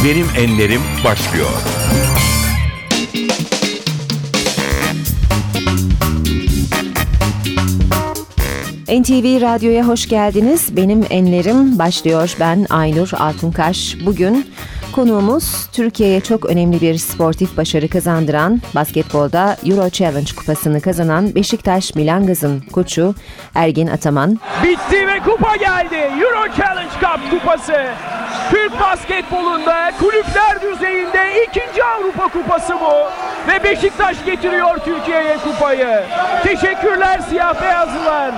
Benim Enlerim başlıyor. NTV Radyo'ya hoş geldiniz. Benim Enlerim başlıyor. Ben Aynur Altunkaş. Bugün konuğumuz Türkiye'ye çok önemli bir sportif başarı kazandıran, basketbolda Euro Challenge kupasını kazanan Beşiktaş Milangaz'ın koçu Ergin Ataman. Bitti ve kupa geldi. Euro Challenge Cup kupası. Türk basketbolunda kulüpler düzeyinde 2. Avrupa kupası bu. Ve Beşiktaş getiriyor Türkiye'ye kupayı. Teşekkürler siyah beyazlılar.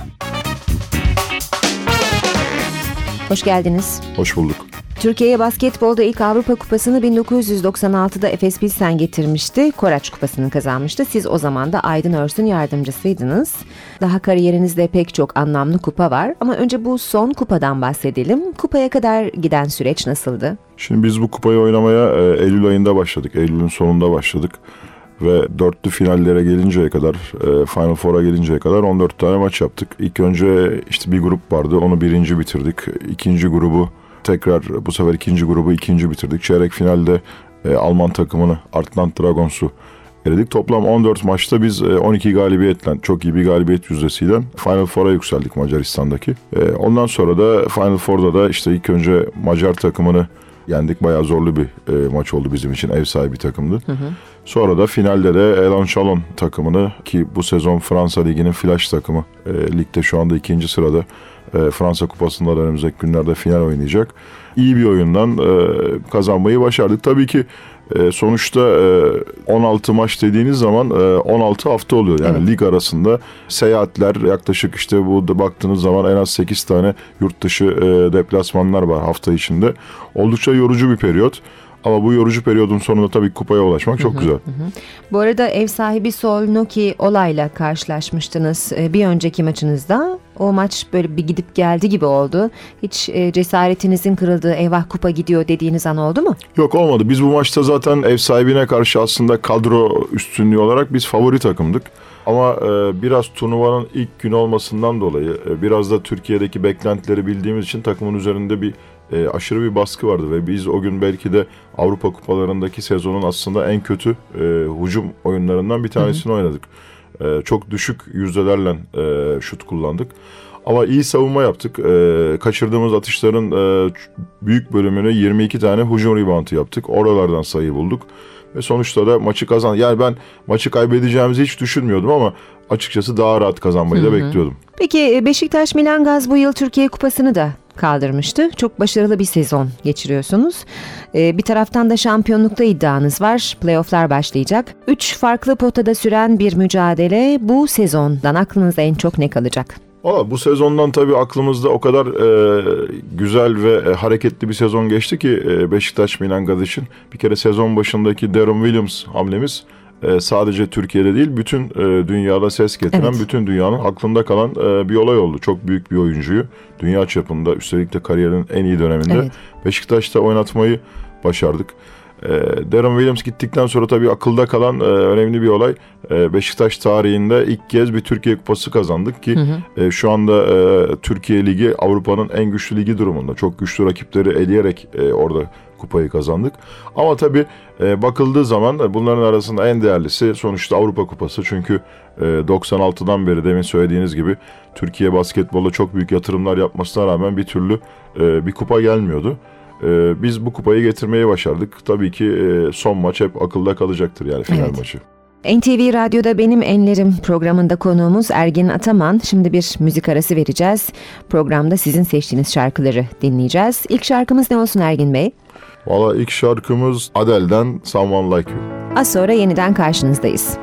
Hoş geldiniz. Hoş bulduk. Türkiye'ye basketbolda ilk Avrupa Kupası'nı 1996'da Efes Pilsen getirmişti. Koraç Kupası'nı kazanmıştı. Siz o zaman da Aydın Örs'ün yardımcısıydınız. Daha kariyerinizde pek çok anlamlı kupa var. Ama önce bu son kupadan bahsedelim. Kupaya kadar giden süreç nasıldı? Şimdi biz bu kupayı oynamaya Eylül ayında başladık. Eylül'ün sonunda başladık. Ve dörtlü finallere gelinceye kadar, Final Four'a gelinceye kadar 14 tane maç yaptık. İlk önce işte bir grup vardı. Onu birinci bitirdik. İkinci grubu tekrar bu sefer ikinci grubu ikinci bitirdik. Çeyrek finalde Alman takımını Artland Dragons'u eledik. Toplam 14 maçta biz 12 galibiyetle, çok iyi bir galibiyet yüzdesiyle Final Four'a yükseldik Macaristan'daki. Ondan sonra da Final Four'da da işte ilk önce Macar takımını yendik. Bayağı zorlu bir maç oldu bizim için. Ev sahibi takımdı. Sonra da finalde de Elan Chalon takımını, ki bu sezon Fransa Ligi'nin flash takımı. Ligde şu anda 2. sırada. Fransa Kupası'nda da önümüzdeki günlerde final oynayacak. İyi bir oyundan kazanmayı başardık. Tabii ki sonuçta 16 maç dediğiniz zaman 16 hafta oluyor. Yani evet. Lig arasında seyahatler, yaklaşık işte bu baktığınız zaman en az 8 tane yurt dışı deplasmanlar var hafta içinde. Oldukça yorucu bir periyot. Ama bu yorucu periyodun sonunda tabii kupaya ulaşmak çok güzel. Bu arada ev sahibi Solnoki Olay'la karşılaşmıştınız bir önceki maçınızda. O maç böyle bir gidip geldi gibi oldu. Hiç cesaretinizin kırıldığı, eyvah kupa gidiyor dediğiniz an oldu mu? Yok, olmadı. Biz bu maçta zaten ev sahibine karşı aslında kadro üstünlüğü olarak biz favori takımdık. Ama biraz turnuvanın ilk günü olmasından dolayı, biraz da Türkiye'deki beklentileri bildiğimiz için takımın üzerinde bir aşırı bir baskı vardı ve biz o gün belki de Avrupa kupalarındaki sezonun aslında en kötü hücum oyunlarından bir tanesini oynadık. Çok düşük yüzdelerle şut kullandık. Ama iyi savunma yaptık. Kaçırdığımız atışların büyük bölümünü 22 tane hücum reboundu yaptık. Oralardan sayı bulduk. Ve sonuçta da maçı kazandık. Yani ben maçı kaybedeceğimizi hiç düşünmüyordum ama açıkçası daha rahat kazanmayı da bekliyordum. Peki Beşiktaş Milangaz bu yıl Türkiye Kupası'nı da kaldırmıştı. Çok başarılı bir sezon geçiriyorsunuz. Bir taraftan da şampiyonlukta iddianız var. Playoff'lar başlayacak. 3 farklı potada süren bir mücadele. Bu sezondan aklınızda en çok ne kalacak? Bu sezondan tabii aklımızda o kadar güzel ve hareketli bir sezon geçti ki Beşiktaş Milangaz için. Bir kere sezon başındaki Deron Williams hamlemiz sadece Türkiye'de değil, bütün dünyada ses getiren, evet, bütün dünyanın aklında kalan bir olay oldu. Çok büyük bir oyuncuyu dünya çapında, üstelik de kariyerinin en iyi döneminde, evet, Beşiktaş'ta oynatmayı başardık. Deron Williams gittikten sonra tabii akılda kalan önemli bir olay. Beşiktaş tarihinde ilk kez bir Türkiye Kupası kazandık ki şu anda Türkiye Ligi Avrupa'nın en güçlü ligi durumunda. Çok güçlü rakipleri eleyerek orada kupayı kazandık. Ama tabii bakıldığı zaman bunların arasında en değerlisi sonuçta Avrupa Kupası. Çünkü 96'dan beri demin söylediğiniz gibi Türkiye basketbolda çok büyük yatırımlar yapmasına rağmen bir türlü bir kupa gelmiyordu. Biz bu kupayı getirmeyi başardık. Tabii ki son maç hep akılda kalacaktır, yani final maçı. NTV Radyo'da Benim Enlerim programında konuğumuz Ergin Ataman. Şimdi bir müzik arası vereceğiz. Programda sizin seçtiğiniz şarkıları dinleyeceğiz. İlk şarkımız ne olsun Ergin Bey? Valla ilk şarkımız Adele'den Someone Like You. Az sonra yeniden karşınızdayız.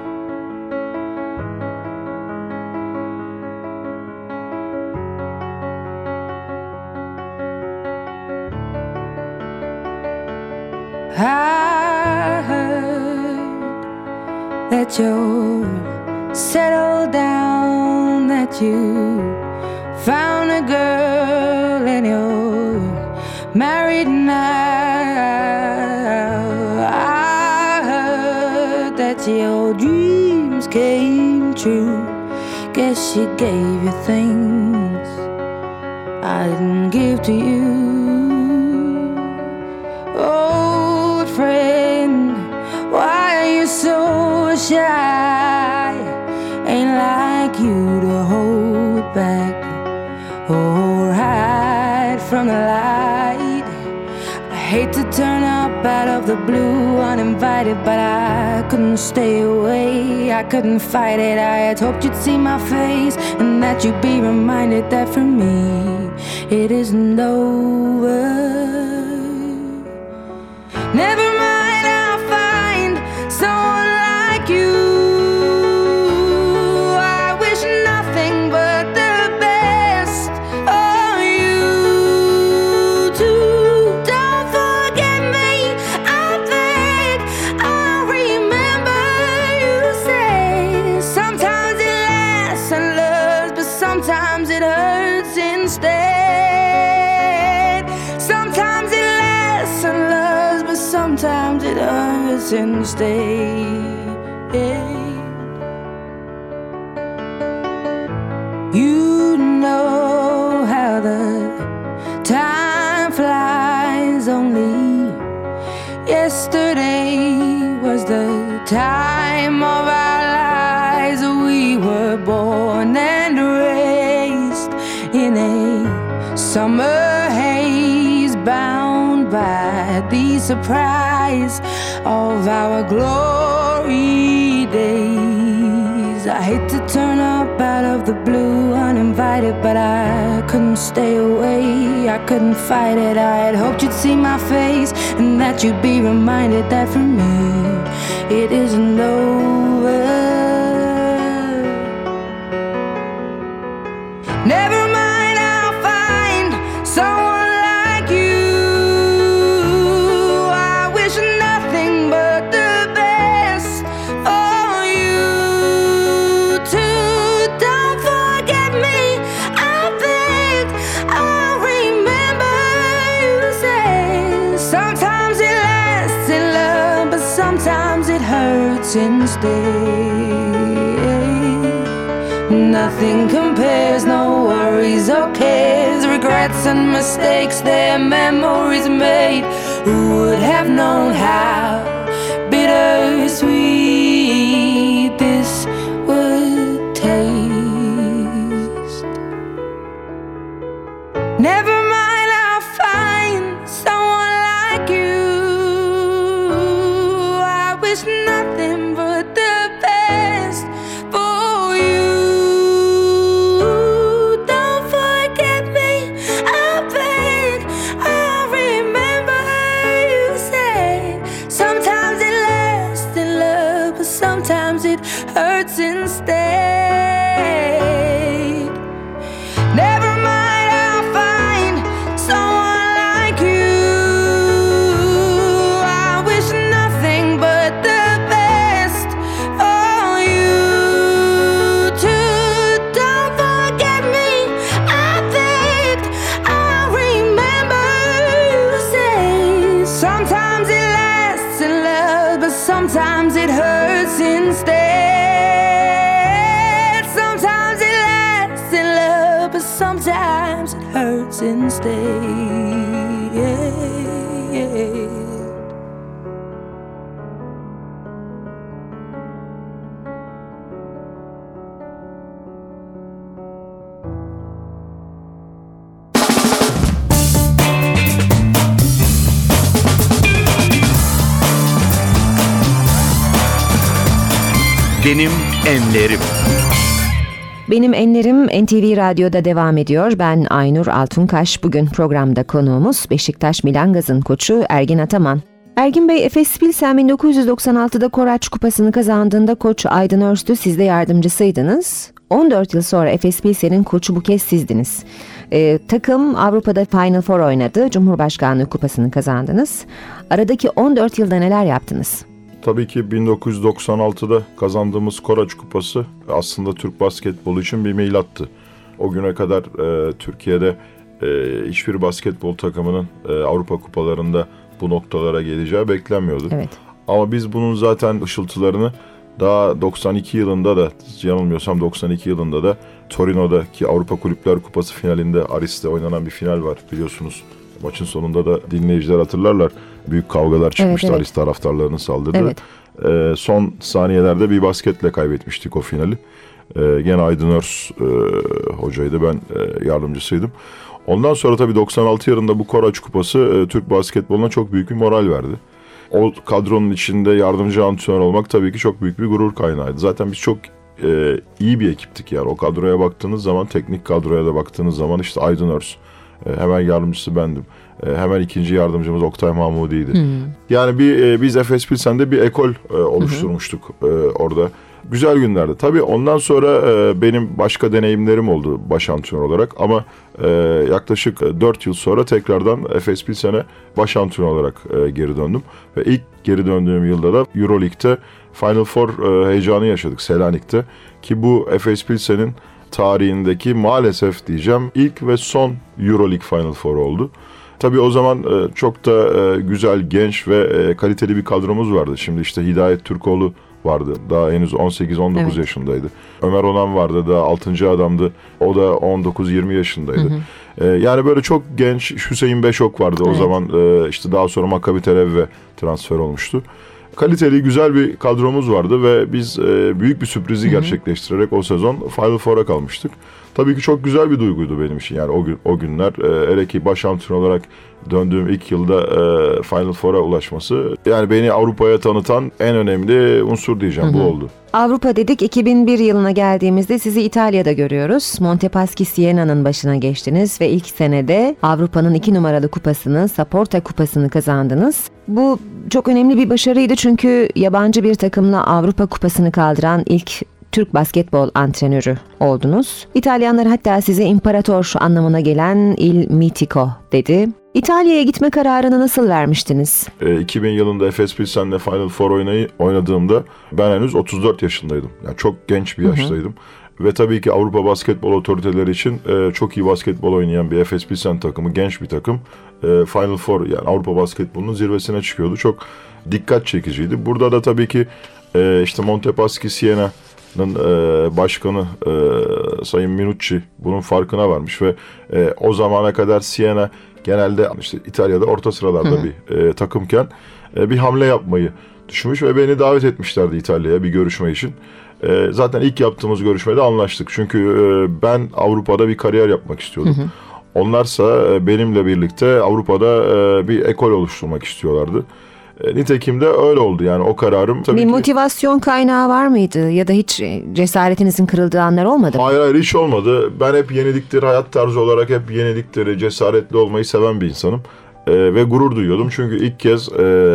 I heard that you're settled down, that you found a girl and you're married now. I heard that your dreams came true. Guess she gave you things I didn't give to you. Oh, shy. Ain't like you to hold back or hide from the light. I hate to turn up out of the blue uninvited, but I couldn't stay away, I couldn't fight it. I had hoped you'd see my face and that you'd be reminded that for me it isn't over. Never mind, I'll find someone like you. I wish nothing but the best for you too. Don't forget me, I beg. I remember you say sometimes it lasts and loves, but sometimes it hurts instead. Sometimes it lasts and loves, but sometimes it hurts instead. You know how the time flies. Only yesterday was the time of our lives. We were born and raised in a summer haze, bound by the surprise of our glory days. I hate to turn up out of the blue uninvited, but I couldn't stay away, I couldn't fight it. I had hoped you'd see my face and that you'd be reminded that for me it isn't over. Never mind, I'll find someone like you. I wish nothing but the best for you too. Don't forget me, I beg. I remember you say sometimes it lasts in love, but sometimes it hurts instead. Nothing compares, no worries or cares, regrets and mistakes, their memories made. Who would have known how bittersweet this would taste? Never mind, I'll find someone like you. I wish nothing but the best for you. Don't forget me, I beg. I remember you said sometimes it lasts in love, but sometimes it hurts instead. Never mind, I'll find someone like you. I wish nothing but the best for you too. Don't forget me, I beg. I remember you say sometimes it lasts in love, but sometimes it hurts instead. Sometimes it lasts in love, but sometimes it hurts instead. Benim enlerim. Benim enlerim NTV Radyo'da devam ediyor. Ben Aynur Altunkaş. Bugün programda konuğumuz Beşiktaş Milangaz'ın koçu Ergin Ataman. Ergin Bey, Efes Pilsen 1996'da Koraç Kupası'nı kazandığında koç Aydın Örstü siz de yardımcısıydınız. 14 yıl sonra Efes Pilsen'in koçu bu kez sizdiniz. Takım Avrupa'da Final Four oynadı. Cumhurbaşkanlığı Kupası'nı kazandınız. Aradaki 14 yılda neler yaptınız? Tabii ki 1996'da kazandığımız Koraç Kupası aslında Türk basketbolu için bir milattı. O güne kadar Türkiye'de hiçbir basketbol takımının Avrupa kupalarında bu noktalara geleceği beklenmiyordu. Evet. Ama biz bunun zaten ışıltılarını daha 92 yılında da, yanılmıyorsam 92 yılında da Torino'daki Avrupa Kulüpler Kupası finalinde Aris'te oynanan bir final var biliyorsunuz. Maçın sonunda da dinleyiciler hatırlarlar. büyük kavgalar çıkmıştı. Evet. Alice taraftarlarının saldırdığı. Evet. Son saniyelerde bir basketle kaybetmiştik o finali. Gene Aydın Örs hocaydı, ben yardımcısıydım. Ondan sonra tabii 96 yılında bu Koraç Kupası Türk basketboluna çok büyük bir moral verdi. O kadronun içinde yardımcı antrenör olmak tabii ki çok büyük bir gurur kaynağıydı. Zaten biz çok iyi bir ekiptik yani. O kadroya baktığınız zaman, teknik kadroya da baktığınız zaman işte Aydın Örs, hemen yardımcısı bendim. Hemen ikinci yardımcımız Oktay Mahmudi'ydi. Yani biz Efes Pilsen'de bir ekol oluşturmuştuk orada. Güzel günlerdi. Tabii ondan sonra benim başka deneyimlerim oldu baş antrenör olarak ama yaklaşık 4 yıl sonra tekrardan Efes Pilsen'e baş antrenör olarak geri döndüm. Ve ilk geri döndüğüm yılda da Euroleague'de Final Four heyecanı yaşadık Selanik'te. Ki bu Efes Pilsen'in tarihindeki maalesef diyeceğim ilk ve son Euroleague Final Four oldu. Tabii o zaman çok da güzel, genç ve kaliteli bir kadromuz vardı. Şimdi işte Hidayet Türkoğlu vardı. Daha henüz 18-19 yaşındaydı. Ömer Onan vardı. Daha 6. adamdı. O da 19-20 yaşındaydı. Yani böyle çok genç Hüseyin Beşok vardı. O zaman işte daha sonra Maccabi Tel Aviv'e transfer olmuştu. Kaliteli, güzel bir kadromuz vardı ve biz büyük bir sürprizi gerçekleştirerek o sezon Final Four'a kalmıştık. Tabii ki çok güzel bir duyguydu benim için yani o günler. Hele ki baş antrenör olarak döndüğüm ilk yılda Final Four'a ulaşması yani beni Avrupa'ya tanıtan en önemli unsur diyeceğim. Bu oldu. Avrupa dedik, 2001 yılına geldiğimizde sizi İtalya'da görüyoruz. Montepaschi Siena'nın başına geçtiniz ve ilk senede Avrupa'nın 2 numaralı kupasını, Saporta kupasını kazandınız. Bu çok önemli bir başarıydı çünkü yabancı bir takımla Avrupa kupasını kaldıran ilk Türk basketbol antrenörü oldunuz. İtalyanlar hatta size imparator anlamına gelen Il Mitico dedi. İtalya'ya gitme kararını nasıl vermiştiniz? 2000 yılında Efes Pilsen'le Final Four oynadığımda ben henüz 34 yaşındaydım. Yani çok genç bir yaştaydım. Ve tabii ki Avrupa Basketbol Otoriteleri için çok iyi basketbol oynayan bir Efes Pilsen takımı, genç bir takım. Final Four yani Avrupa basketbolunun zirvesine çıkıyordu. Çok dikkat çekiciydi. Burada da tabii ki işte Montepaschi Siena'nın başkanı Sayın Minucci bunun farkına varmış ve o zamana kadar Siena genelde işte İtalya'da orta sıralarda bir takımken bir hamle yapmayı düşünmüş ve beni davet etmişlerdi İtalya'ya bir görüşme için. Zaten ilk yaptığımız görüşmede anlaştık. Çünkü ben Avrupa'da bir kariyer yapmak istiyordum. Onlarsa benimle birlikte Avrupa'da bir ekol oluşturmak istiyorlardı. Nitekim de öyle oldu yani o kararım. Tabii bir ki motivasyon kaynağı var mıydı ya da hiç cesaretinizin kırıldığı anlar olmadı mı? Hayır hiç olmadı. Ben hep yenilikleri hayat tarzı olarak hep yenilikleri, cesaretli olmayı seven bir insanım. Ve gurur duyuyordum çünkü ilk kez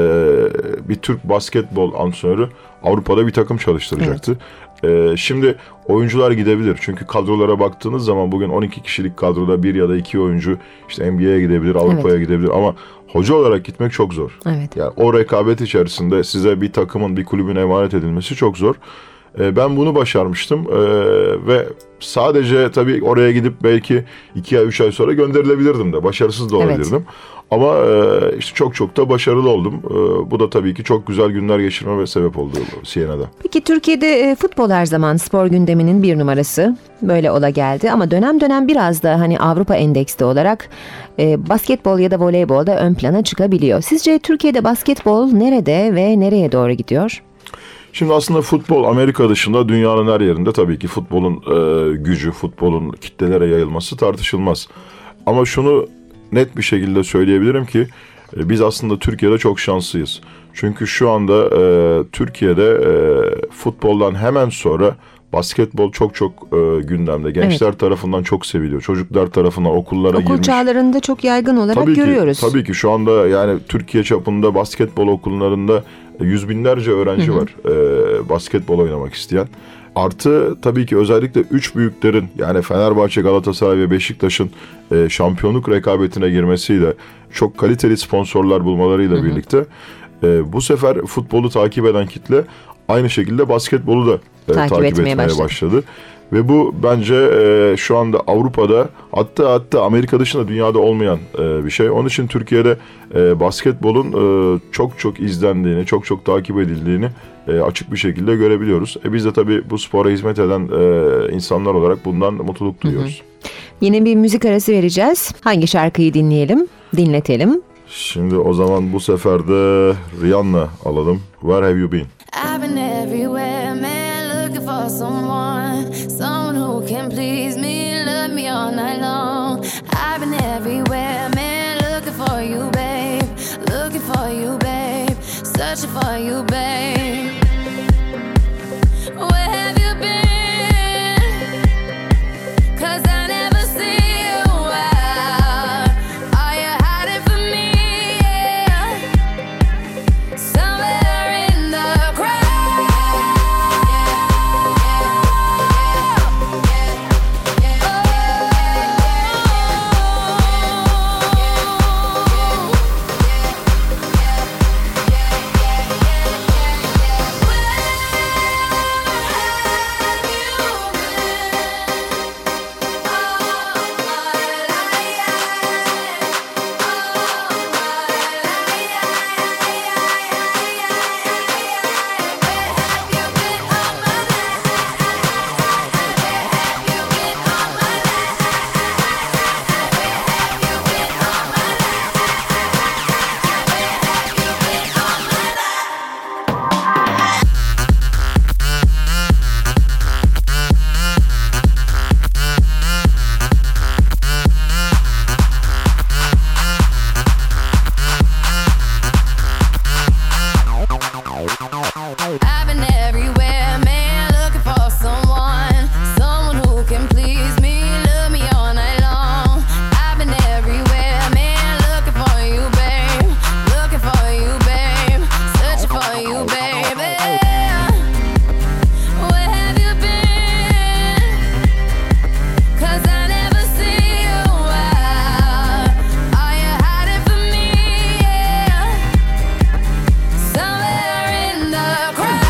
bir Türk basketbol antrenörü Avrupa'da bir takım çalıştıracaktı. Şimdi oyuncular gidebilir çünkü kadrolara baktığınız zaman bugün 12 kişilik kadroda 1 ya da 2 oyuncu işte NBA'ye gidebilir, Avrupa'ya gidebilir ama hoca olarak gitmek çok zor. Evet. Yani o rekabet içerisinde size bir takımın, bir kulübün emanet edilmesi çok zor. Ben bunu başarmıştım ve sadece tabii oraya gidip belki 2 ay 3 ay sonra gönderilebilirdim de, başarısız da olabilirdim. Evet. Ama işte çok da başarılı oldum. Bu da tabii ki çok güzel günler geçirmeme sebep oldu Siena'da. Peki Türkiye'de futbol her zaman spor gündeminin bir numarası. Böyle ola geldi ama dönem dönem biraz da hani Avrupa endeksli olarak basketbol ya da voleybol da ön plana çıkabiliyor. Sizce Türkiye'de basketbol nerede ve nereye doğru gidiyor? Şimdi aslında futbol Amerika dışında dünyanın her yerinde tabii ki futbolun gücü, futbolun kitlelere yayılması tartışılmaz. Ama şunu net bir şekilde söyleyebilirim ki biz aslında Türkiye'de çok şanslıyız. Çünkü şu anda Türkiye'de futboldan hemen sonra basketbol çok gündemde. Gençler tarafından çok seviliyor. Çocuklar tarafından okullara girmiş. Okul çağlarında çok yaygın olarak görüyoruz. Tabii ki şu anda yani Türkiye çapında basketbol okullarında yüz binlerce öğrenci var basketbol oynamak isteyen. Artı tabii ki özellikle 3 büyüklerin yani Fenerbahçe, Galatasaray ve Beşiktaş'ın şampiyonluk rekabetine girmesiyle çok kaliteli sponsorlar bulmalarıyla birlikte bu sefer futbolu takip eden kitle aynı şekilde basketbolu da takip etmeye başladı. Ve bu bence şu anda Avrupa'da hatta Amerika dışında dünyada olmayan bir şey. Onun için Türkiye'de basketbolun çok izlendiğini, çok takip edildiğini açık bir şekilde görebiliyoruz. Biz de tabii bu spora hizmet eden insanlar olarak bundan mutluluk duyuyoruz. Yine bir müzik arası vereceğiz. Hangi şarkıyı dinleyelim, dinletelim? Şimdi o zaman bu sefer de Rihanna alalım. Where have you been? I've been everywhere, man, looking for someone who can please me, love me all night long. I've been everywhere, man, looking for you, babe, searching for you, babe. Where have you been? 'Cause I never see you out. Are you hiding from me? Yeah. Somewhere in the crowd. I've been everywhere, man, looking for someone who can please me, love me all night long. I've been everywhere, man, looking for you, babe, searching for you, baby. Where have you been? 'Cause I never see you out. Are you hiding from me? Yeah. Somewhere in the crowd.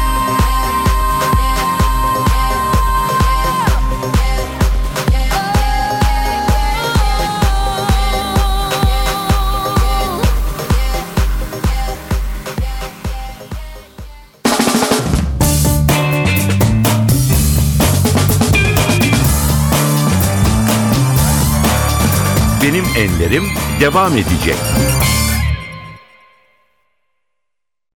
Benim Enlerim devam edecek.